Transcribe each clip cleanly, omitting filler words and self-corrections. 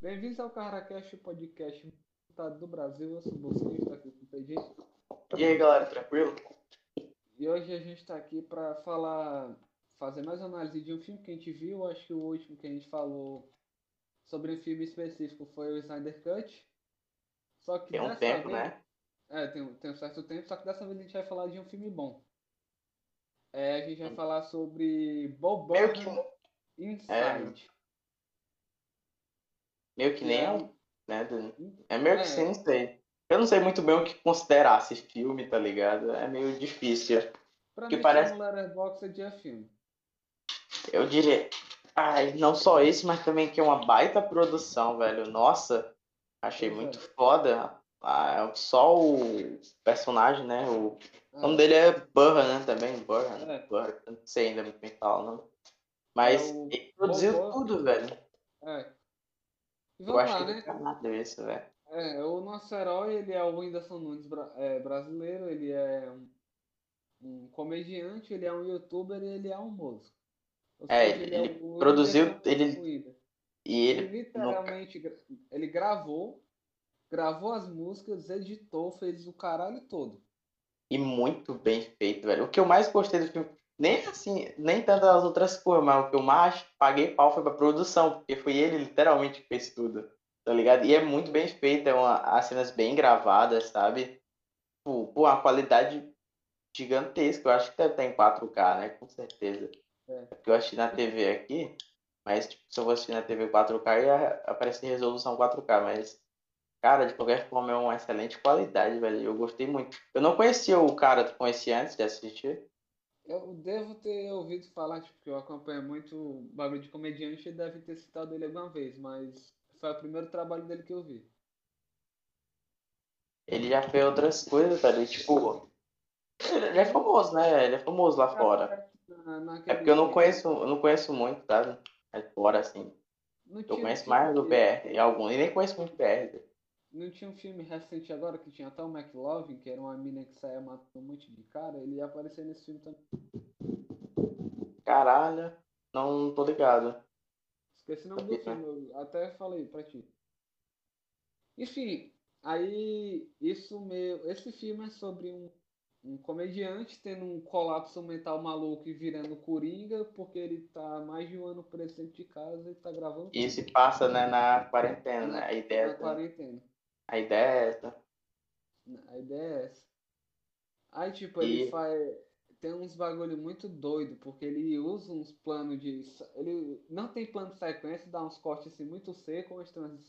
Bem-vindos ao CarraCast, o podcast do Brasil. Eu sou o Bolsonaro, estou aqui com o PG. E aí, galera, tranquilo? E hoje a gente está aqui para fazer mais análise de um filme que a gente viu. Acho que o último que a gente falou sobre um filme específico foi o Snyder Cut. Só que Tem um dessa tempo, vez, né? tem um certo tempo, só que dessa vez a gente vai falar de um filme bom. A gente vai falar sobre Bob Meio que, Burnham é, Inside, meio que que nem é é um. um, né? É meio que sim, não sei. Eu não sei muito bem o que considerar esse filme, tá ligado? É meio difícil. Pra Que mim tá parece, no Letterboxd de filme. eu diria, ai, não só esse, mas também que é uma baita produção, velho. Nossa, achei Pois muito é. foda. Só o personagem, né? O nome É, dele é Burra, né? Também, Burra, é. Burra. Eu não sei ainda muito bem falar o nome. É Mas o ele produziu Bobo. tudo, velho. É. E Eu vamos acho lá, que ele né? tá nada isso, velho. O nosso herói, ele é o Whindersson Nunes brasileiro, ele é um comediante, ele é um youtuber e ele é um músico. Ou É, seja, ele, ele é ele o produziu, Whindersson ele Whindersson. e Ele ele no, literalmente, ele gravou as músicas, editou, fez o caralho todo. e muito bem feito, velho. O que eu mais gostei do filme, nem assim, nem tanto as outras coisas, mas o que eu mais paguei pau foi pra produção, porque foi ele literalmente que fez tudo, tá ligado? E é muito bem feito, as cenas bem gravadas, sabe? Pô, uma qualidade gigantesca. Eu acho que deve estar em 4K, né? Com certeza. É. É porque eu assisti na TV aqui, mas tipo, se eu vou assistir na TV 4K, ia aparecer resolução 4K, mas cara, de qualquer forma, é uma excelente qualidade, velho. Eu gostei muito. Eu não conhecia o cara, tu conhecia antes de assistir? Eu devo ter ouvido falar, tipo, que eu acompanho muito bagulho de comediante e deve ter citado ele alguma vez, mas foi o primeiro trabalho dele que eu vi. Ele já fez outras coisas, velho. E, tipo, ele é Ele famoso, né? Ele é famoso lá fora. É porque naquele. eu não conheço muito, sabe? É fora, assim. Não Eu tinha um conheço filme mais do que. BR, e algum. E nem conheço muito BR. Não tinha um filme recente agora que tinha até o McLovin, que era uma mina que saía matando um monte de cara, ele ia aparecer nesse filme também. Caralho, não tô ligado. Esqueci o nome do filme, eu até falei pra ti. Enfim, aí esse filme é sobre um comediante tendo um colapso mental maluco e virando coringa porque ele tá mais de um ano preso dentro de casa e tá gravando E tudo se passa, né, na quarentena, né? na quarentena. A ideia é essa. A ideia é essa. Aí, tipo, ele E faz. Tem uns bagulho muito doido, porque ele usa uns planos de. Ele não tem plano de sequência, dá uns cortes assim muito secos, umas transições.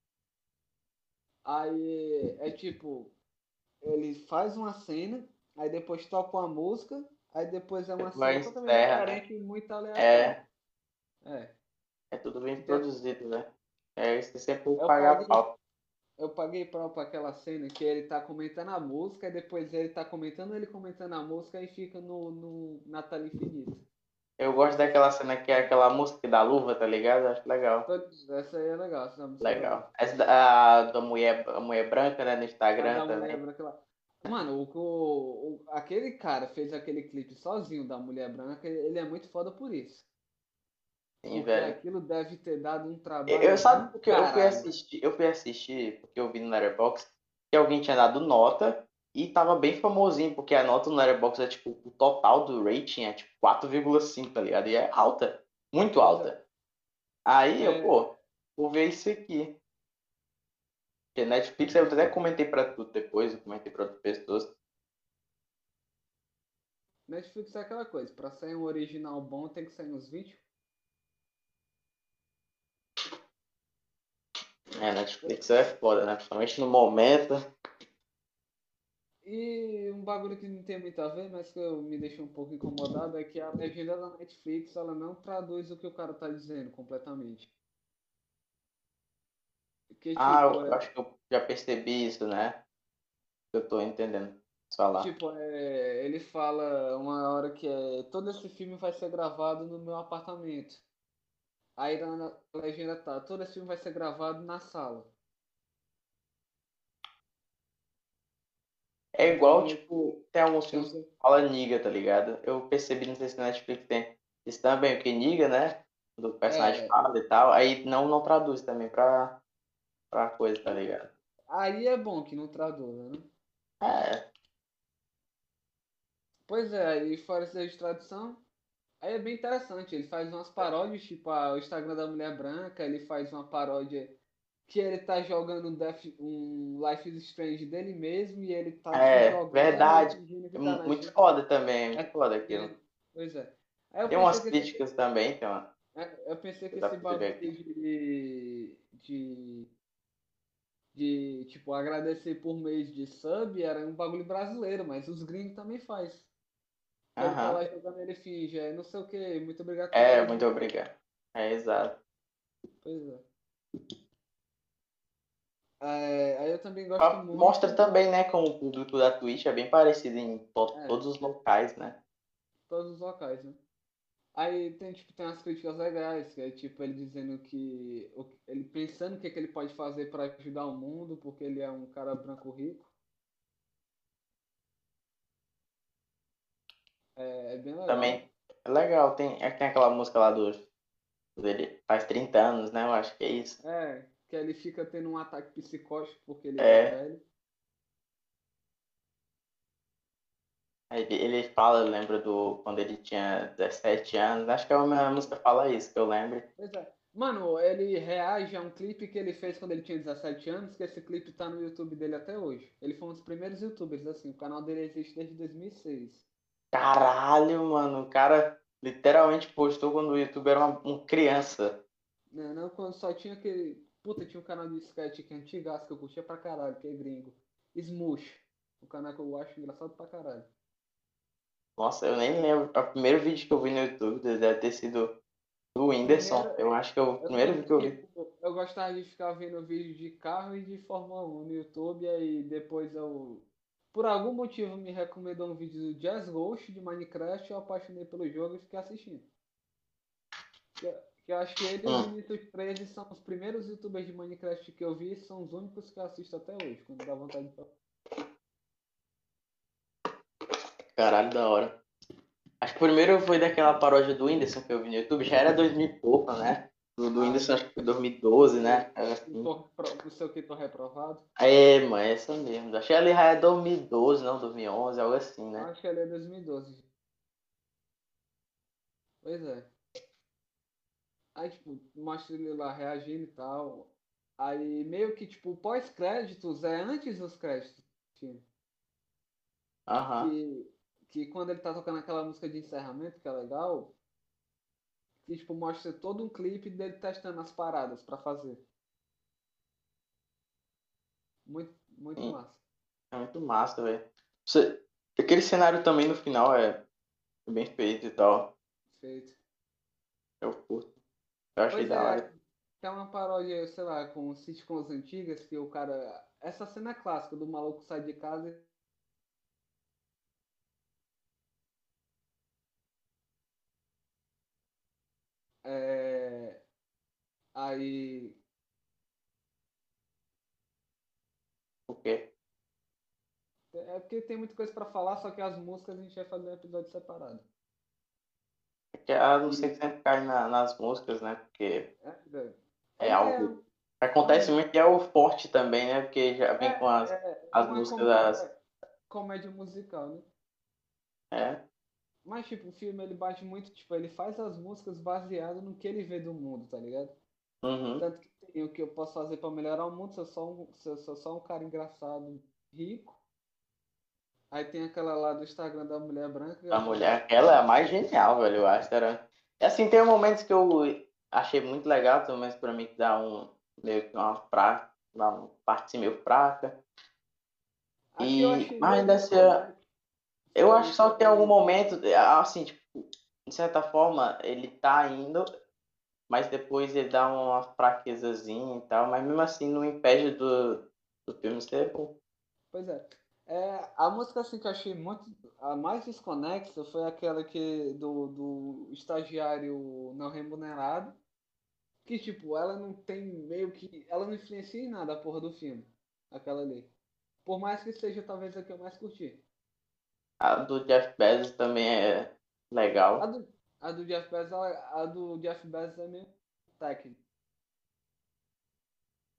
Aí é tipo, ele faz uma cena, aí depois toca uma música, aí depois é uma cena depois totalmente encerra, né? diferente e muito aleatória. É, É. é tudo bem Então, produzido, né? É isso que sempre eu pagar paguei, pau. eu paguei pau pra aquela cena que ele tá comentando a música, e depois ele comentando a música e fica no Natal Infinito. Eu gosto daquela cena que é aquela música da luva, tá ligado? Acho legal. Essa aí é legal, essa música é Legal. legal. Da a mulher branca, né, no A Instagram da Mulher também. Branca lá. Mano, aquele cara fez aquele clipe sozinho da Mulher Branca, ele é muito foda por isso. Sim, Porque velho. aquilo deve ter dado um Eu trabalho sabe do porque caralho. eu fui assistir porque eu vi no Letterboxd que alguém tinha dado nota e tava bem famosinho, porque a nota no Letterboxd é tipo, o total do rating é tipo 4,5, tá ligado? E é alta, muito Pois é. alta. Aí eu, É, pô, vou ver isso aqui. Porque Netflix eu até comentei pra tu depois, eu comentei pra outras pessoas. Netflix é aquela coisa, pra sair um original bom tem que sair uns 20. É, Netflix é foda, né? Principalmente no momento. E um bagulho que não tem muito a ver, mas que me deixa um pouco incomodado, é que a legenda da Netflix ela não traduz o que o cara tá dizendo completamente. Que Ah, tipo, eu acho que eu já percebi isso, né? Eu tô entendendo falar. ele fala uma hora que todo esse filme vai ser gravado no meu apartamento. Aí na legenda tá, todo esse filme vai ser gravado na sala. É Então igual, meio que tipo, tem alguns tem filmes uns, que fala Niga, tá ligado? Eu percebi, não sei se na Netflix tem isso também, porque Niga, né? Do personagem é, fala e tal, aí não traduz também pra. pra coisa, tá ligado? Aí é bom que não traduz, né? É, Pois é, aí fora essa de tradução, aí é bem interessante. Ele faz umas paródias, tipo o Instagram da Mulher Branca, ele faz uma paródia que ele tá jogando um Life is Strange dele mesmo e ele tá se jogando e verdade. fingindo que É tá na muito gente. foda também, muito É, foda aquilo. é, pois é. Aí eu Tem umas pensei que esse, críticas também, eu pensei que dá esse pra você ver bagulho aqui. de tipo, agradecer por mês de sub era um bagulho brasileiro, mas os gringos também faz. Que ele tá Aham. lá jogando, ele finge, não sei o que, muito obrigado por É, todo muito dia. obrigado. É, exato. Pois é. Aí eu também gosto Mostra muito, também, né, como o público da Twitch é bem parecido em todos os é, locais, né? todos os locais, né? Aí tem, tipo, tem umas críticas legais, que é tipo ele dizendo que. Ele pensando o que, é que ele pode fazer para ajudar o mundo, porque ele é um cara branco rico. É bem legal. Também é legal, tem aquela música lá dele faz 30 anos, né? Eu acho que é isso. Que ele fica tendo um ataque psicótico porque ele é É, velho. ele fala, eu lembro do quando ele tinha 17 anos, acho que a minha música fala isso, que eu lembro. Pois é. Mano, ele reage a um clipe que ele fez quando ele tinha 17 anos, que esse clipe tá no YouTube dele até hoje. Ele foi um dos primeiros YouTubers, assim, o canal dele existe desde 2006. Caralho, mano, o cara literalmente postou quando o YouTube era uma criança. Né, não, quando só tinha aquele. Puta, tinha um canal de sketch que é antigaço, que eu curtia pra caralho, que é gringo. Smush. O canal que eu acho engraçado pra caralho. Nossa, eu nem lembro. O primeiro vídeo que eu vi no YouTube deve ter sido do Primeiro, Whindersson. Eu acho que é o eu primeiro também, vídeo que eu vi. tipo, eu gostava de ficar vendo vídeo de carro e de Fórmula 1 no YouTube, aí depois eu. Por algum motivo me recomendou um vídeo do Jazz Ghost de Minecraft, eu apaixonei pelo jogo e fiquei assistindo. Que eu acho que ele e o Hum, Vinícius 13 são os primeiros youtubers de Minecraft que eu vi e são os únicos que eu assisto até hoje, quando dá vontade de. caralho, da hora. Acho que o primeiro foi daquela paródia do Whindersson que eu vi no YouTube. Já era 2000 e pouco, né? Do Ah, Whindersson acho que foi 2012, né? Era assim. não sei o que, tô reprovado. É, mano, é essa mesmo. Achei ali já é 2012, não, 2011, algo assim, né? Acho que ele é 2012. Pois é. Aí, tipo, mostra ele lá reagindo e tal. Aí, meio que, tipo, o pós-créditos é antes dos créditos do filme. Aham. Que, que quando ele tá tocando aquela música de encerramento, que é legal, que, tipo, mostra todo um clipe dele testando as paradas pra fazer. Muito, muito Sim, massa. é muito massa, velho. Aquele cenário também no final é bem feito e tal. Feito. Eu curto. Eu achei Pois da é, hora. tem uma paródia, sei lá, com sitcoms antigas, que o cara. Essa cena é clássica do maluco sai de casa. É, aí. O quê? É porque tem muita coisa pra falar, só que as músicas a gente vai fazer um episódio separado. Porque a não ser E. que sempre cai nas músicas, né? Porque Velho. é Ele é. algo. Mano, Acontece muito e é o forte também, né? Porque já vem com é as uma músicas das. comédia musical, né? É. Mas, tipo, o filme ele bate muito, tipo, ele faz as músicas baseado no que ele vê do mundo, tá ligado? Uhum. Tanto que tem o que eu posso fazer pra melhorar o mundo se eu sou só um cara engraçado, rico. Aí tem aquela lá do Instagram da mulher branca, que A eu mulher, também. aquela é a mais genial, velho, eu acho. Era. E assim, tem momentos que eu achei muito legal, tem momentos pra mim que dá meio que uma fraca, dá uma parte assim, meio fraca. Aqui eu achei Mas meio ainda assim, eu acho só que tem algum foi. momento, assim, tipo, de certa forma, ele tá indo, mas depois ele dá uma fraquezazinha e tal, mas mesmo assim não impede do filme ser bom. Pois é. A música assim que eu achei muito. A mais desconexa foi aquela que do estagiário não remunerado. Que tipo, ela não tem meio que. Ela não influencia em nada a porra do filme. Aquela ali. Por mais que seja talvez a que eu mais curti. A do Jeff Bezos também é A legal. do, a do Jeff Bezos, a do Jeff Bezos é meio técnica.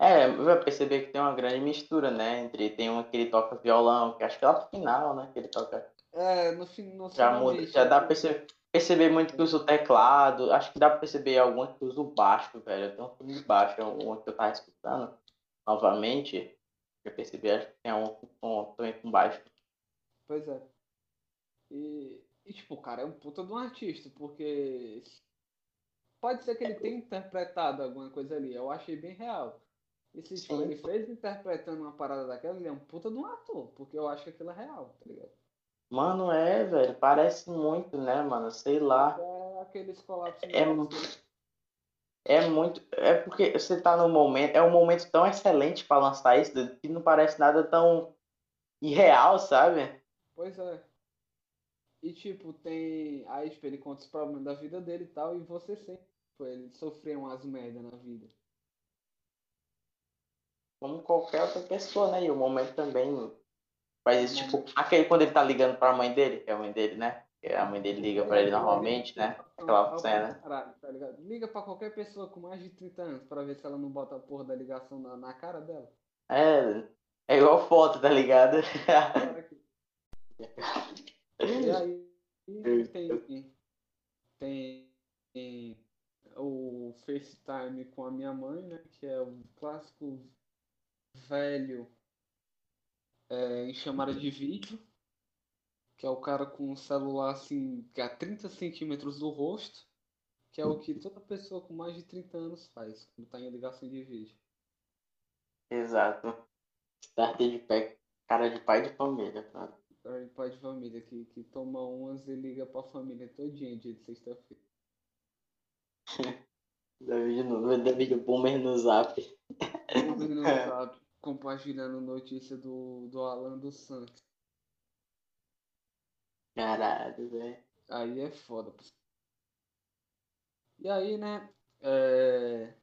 Vai perceber que tem uma grande mistura, né? Tem um que ele toca violão, que acho que é lá pro final, né? Que ele toca. No Já muda, finalmente, já dá pra perceber muito que usa o teclado. Acho que dá pra perceber alguma que usa o baixo, velho. Tem um filme de baixo, um que eu tava escutando novamente. Já percebi, acho que tem também com baixo. pois é. Tipo, o cara é um puta de um artista, porque pode ser que ele tenha interpretado alguma coisa ali. Eu achei bem real. E se, tipo, Sim. ele fez interpretando uma parada daquela, ele é um puta de um ator, porque eu acho que aquilo é real, tá ligado? Mano, velho. Parece muito, né, mano? Sei lá. Até aqueles colapsos É, nervosos. é muito. É porque você tá no momento. É um momento tão excelente pra lançar isso que não parece nada tão irreal, sabe? Pois é. E tipo, tem. Aí, tipo, ele conta os problemas da vida dele e tal, e você sente, tipo, ele sofreu umas merda na vida. Como qualquer outra pessoa, né? E o momento também faz O isso, tipo, momento. aquele quando ele tá ligando pra mãe dele, que é a mãe dele, né? Que a mãe dele liga É pra ele aquilo ali é normalmente, né? Aquela motivacional pra cena. caralho, tá ligado? Liga pra qualquer pessoa com mais de 30 anos pra ver se ela não bota a porra da ligação na cara dela. É, é igual foto, tá ligado? Caraca. E aí tem o FaceTime com a minha mãe, né? Que é o clássico velho em chamada de vídeo, que é o cara com o celular assim, a 30 centímetros do rosto, que é o que toda pessoa com mais de 30 anos faz quando tá em ligação de vídeo. Exato. Starter de pé, cara de pai de família, cara. Cara de pai de família que toma umas e liga pra família todinha dia de sexta-feira. David Boomer no zap. Boomer no zap, compartilhando notícia do Alan dos Santos. Caralho, velho. Aí é foda. Pô. E aí, né? É...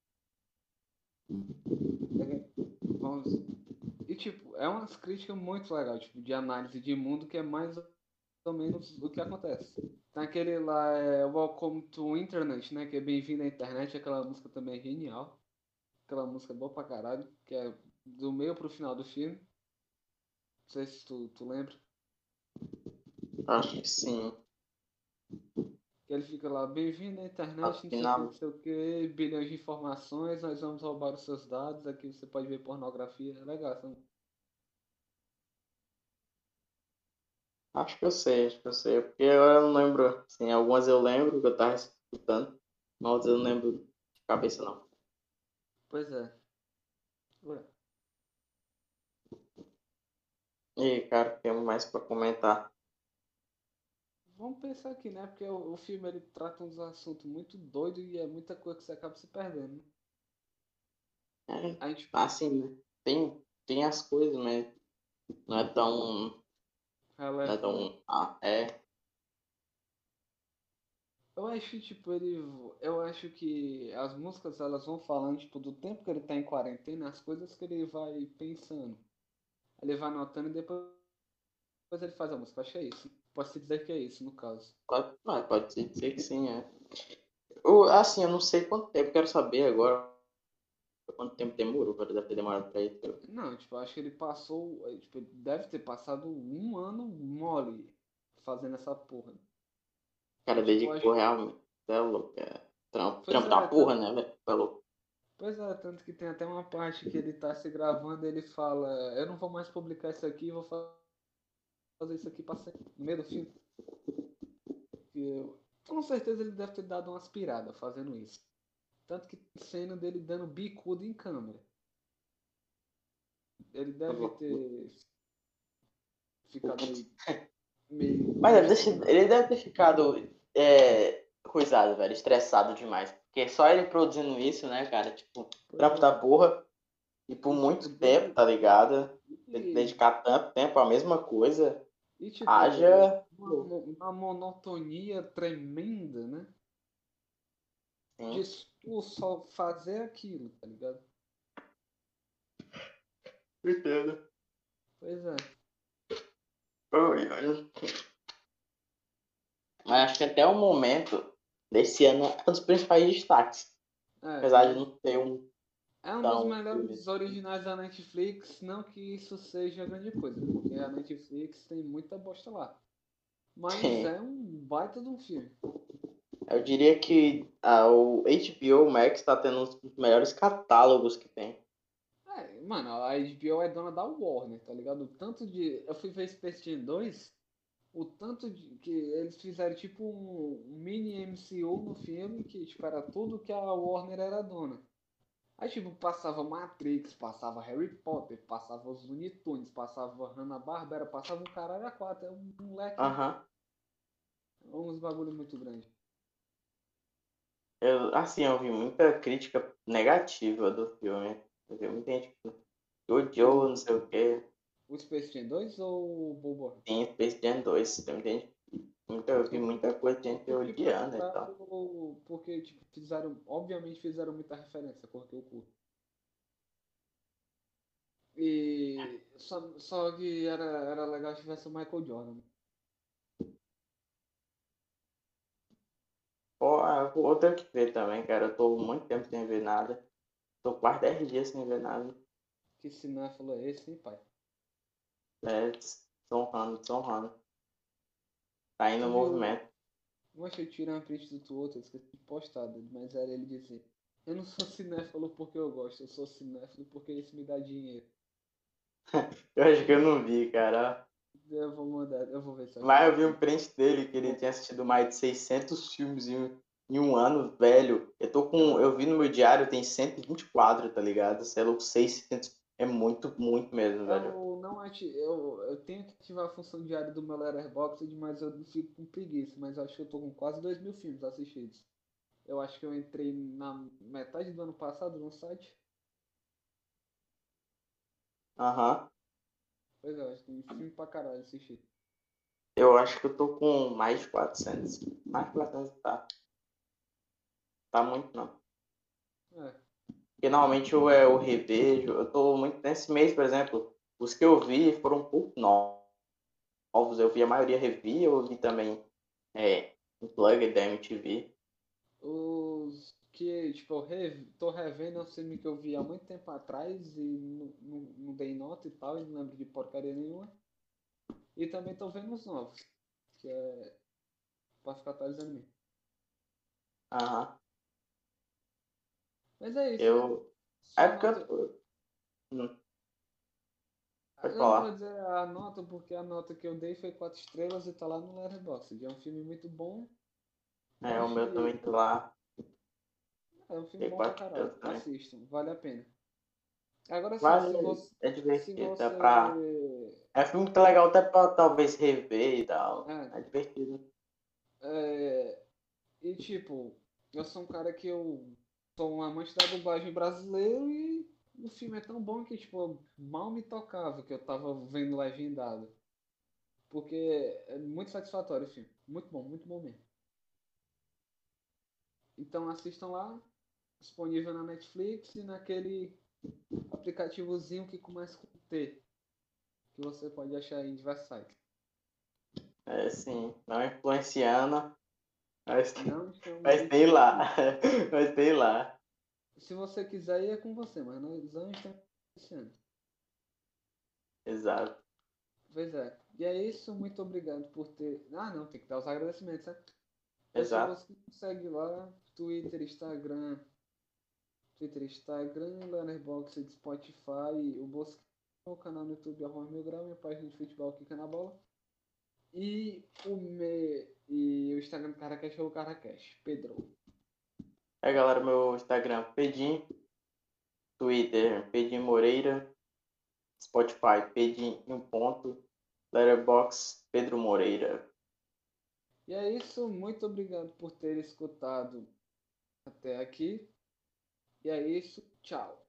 Vamos. E tipo, é umas críticas muito legais, tipo, de análise de mundo que é mais ou menos o que acontece. Tem aquele lá, Welcome to Internet, né? Que é Bem-vindo à Internet, aquela música também é genial. Aquela música boa pra caralho, que é do meio pro final do filme. Não sei se tu lembra. Acho que sim. Que ele fica lá, bem-vindo à internet, não sei o que, não Afinal, sei o que, bilhões de informações, nós vamos roubar os seus dados, aqui você pode ver pornografia, é legal. acho que eu sei. Porque eu não lembro. Assim, algumas eu lembro que eu tava escutando, mas outras eu não lembro de cabeça, não. Pois é. Ué, E aí, cara, temos mais pra comentar. vamos pensar aqui, né? Porque o filme ele trata uns assuntos muito doidos e é muita coisa que você acaba se perdendo, né? É, A gente assim, né? Tem as coisas, mas não é tão. Não é relevante. tão. Ah, é. Eu acho, tipo, eu acho que as músicas elas vão falando, tipo, do tempo que ele tá em quarentena, as coisas que ele vai pensando. Ele vai anotando e depois ele faz a música. Eu acho que é isso. Posso dizer que é isso, no caso. Pode ser dizer que sim, é. Assim, eu não sei quanto tempo, quero saber agora quanto tempo demorou, cara. Deve ter demorado pra isso. Não, tipo, eu acho que ele passou. Tipo, ele deve ter passado um ano mole fazendo essa porra. O cara E, tipo, eu dedicou acho. realmente. É louco, é. Pois Trampo da é, porra, né, velho? É louco. tanto que tem até uma parte que ele tá se gravando ele fala: Eu não vou mais publicar isso aqui, vou fazer isso aqui pra sempre, no meio do filme. Com certeza ele deve ter dado uma aspirada fazendo isso. Tanto que tem cena dele dando bicudo em câmera. Ele É deve louco. ter ficado meio Mas impressionado. ele deve ter ficado coisado, velho, estressado demais. Porque só ele produzindo isso, né, cara? Tipo, Pois trampo da é. porra. E por E tipo, muito tempo, tá ligado? Tem que e, dedicar tanto tempo à mesma coisa. e, tipo, Haja. uma monotonia tremenda, né? De Sim, tu só fazer aquilo, tá ligado? entendo. Pois é. Oi, oi. Mas acho que até o momento desse ano é um dos principais destaques. É, Apesar de e não ter um. É um dos Então, melhores originais da Netflix, não que isso seja grande coisa, porque a Netflix tem muita bosta lá. Mas é um baita de um filme. eu diria que o HBO Max tá tendo um dos melhores catálogos que tem. É, mano, a HBO é dona da Warner, tá ligado? O tanto de. Eu fui ver Space Jam 2, o tanto de que eles fizeram tipo um mini MCU no filme, que tipo, era tudo que a Warner era dona. Aí tipo, passava Matrix, passava Harry Potter, passava os Looney Tunes, passava Hanna-Barbera, passava um caralho a quatro. É um moleque, Aham. uns bagulho muito grande. Eu vi muita crítica negativa do filme. Eu vi muita gente que odiou, não O, sei o quê. o Space Jam 2 ou o Bobo? Tem Space Jam 2, tem muita gente, eu vi Eu muita coisa de eu gente curti pra odiando e tal. caralho porque, tipo, fizeram, obviamente fizeram muita referência, porque eu curto. E só que era legal se tivesse o Michael Jordan. Pô, eu tenho que ver também, cara. Eu tô muito tempo sem ver nada. Tô quase 10 dias sem ver nada. Que cinéfilo é esse, hein, pai? É, desonrando, desonrando. Tá indo Tu no viu? movimento. Deixa eu tirar uma print do Twitter, esqueci de postar, mas era ele dizer: Eu não sou cinéfilo porque eu gosto, eu sou cinéfilo porque isso me dá dinheiro. Eu acho que eu não vi, cara. Eu vou mandar, eu vou ver se eu acho Mas eu esse vi um print. print dele que ele Bom, tinha assistido mais de 600 filmes em um ano, velho. Eu vi no meu diário, tem 124, tá ligado? Você é louco, 600. É muito, muito mesmo, velho. eu não eu tenho que ativar a função diária do meu Letterboxd, mas eu fico com preguiça. Mas eu acho que eu tô com quase 2000 filmes assistidos. Eu acho que eu entrei na metade do ano passado no site. Aham. Pois é, eu acho que tem filme pra caralho assistido. Eu acho que eu tô com mais de 400. Mais de 400 tá. Tá muito, não. É, Porque normalmente eu revejo. Eu tô muito. Nesse mês, por exemplo, os que eu vi foram um pouco novos. Eu vi a maioria revia, eu vi também Unplugged da MTV. os que, tipo, tô revendo é um filme que eu vi há muito tempo atrás e não dei nota e tal, e não lembro de porcaria nenhuma. E também tô vendo os novos, que é pra ficar atualizando mesmo. Aham. Mas é isso, né? Eu. É Só porque nota. pode Eu não vou falar. dizer a nota, porque a nota que eu dei foi 4 estrelas e tá lá no Letterboxd. É um filme muito bom. Eu É, o meu achei. também tá lá. É um filme Tem bom pra 4 caralho. estrelas também. Assistam, vale a pena. Agora sim, Vale, é se divertido. você. É filme que é legal até pra talvez rever e tal. É, É divertido. e tipo, eu sou um cara que eu sou um amante da dublagem brasileira e o filme é tão bom que, tipo, eu mal me tocava que eu tava vendo legendado. Porque é muito satisfatório o filme. Muito bom mesmo. Então assistam lá, disponível na Netflix e naquele aplicativozinho que começa com T, que você pode achar em diversos sites. É sim, não influenciando, mas, Não estamos mas tem lá. influenciando. Mas tem lá. Se você quiser ir é com você, mas nós não estamos influenciando. Exato. Pois é. E é isso, muito obrigado por ter. Ah, não, tem que dar os agradecimentos, né? Você Exato. você segue lá, Twitter, Instagram, Letterboxd, Spotify, o Bosque, o canal no YouTube Arroba Mil Grau, minha página de futebol Kika na Bola. E o Instagram do Caracash é o Caracash, Pedro. É galera, meu Instagram, Pedim, Twitter, Pedim Moreira, Spotify, Pedim em um ponto, Letterboxd, Pedro Moreira. E é isso, muito obrigado por ter escutado até aqui. E é isso, tchau.